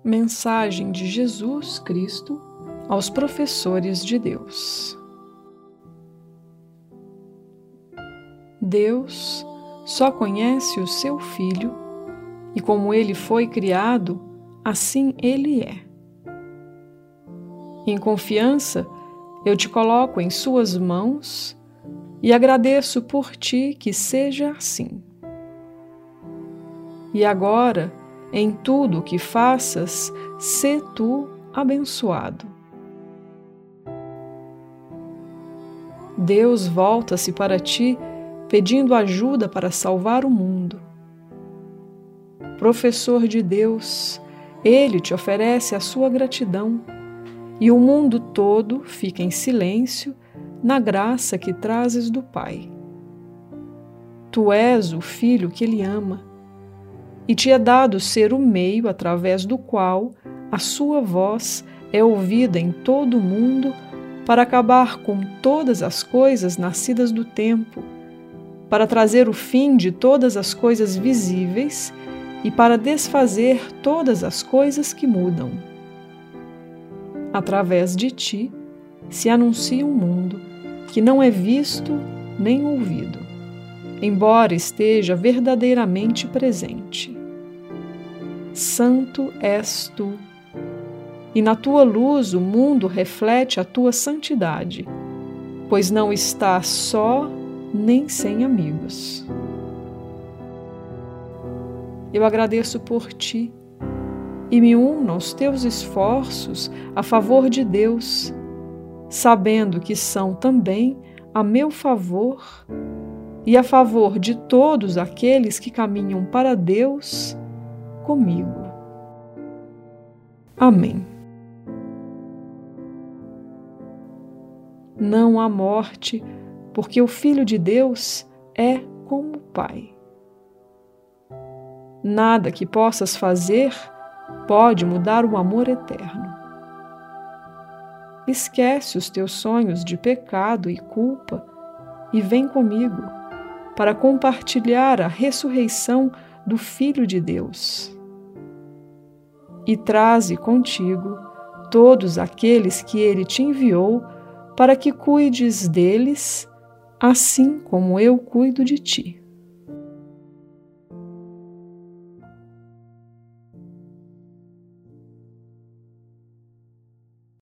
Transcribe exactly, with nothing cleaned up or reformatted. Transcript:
Mensagem de Jesus Cristo aos professores de Deus. Deus só conhece o seu Filho e como ele foi criado, assim ele é. Em confiança, eu te coloco em suas mãos e agradeço por ti que seja assim. E agora, em tudo o que faças, sê tu abençoado. Deus volta-se para ti, pedindo ajuda para salvar o mundo. Professor de Deus, Ele te oferece a sua gratidão, e o mundo todo fica em silêncio na graça que trazes do Pai. Tu és o Filho que Ele ama, e te é dado ser o meio através do qual a sua voz é ouvida em todo o mundo para acabar com todas as coisas nascidas do tempo, para trazer o fim de todas as coisas visíveis e para desfazer todas as coisas que mudam. Através de ti se anuncia um mundo que não é visto nem ouvido, embora esteja verdadeiramente presente. Santo és tu, e na tua luz o mundo reflete a tua santidade, pois não está só nem sem amigos. Eu agradeço por ti e me uno aos teus esforços a favor de Deus, sabendo que são também a meu favor e a favor de todos aqueles que caminham para Deus comigo. Amém. Não há morte, porque o Filho de Deus é como o Pai. Nada que possas fazer pode mudar o amor eterno. Esquece os teus sonhos de pecado e culpa e vem comigo para compartilhar a ressurreição do Filho de Deus. E traze contigo todos aqueles que Ele te enviou para que cuides deles, assim como eu cuido de ti.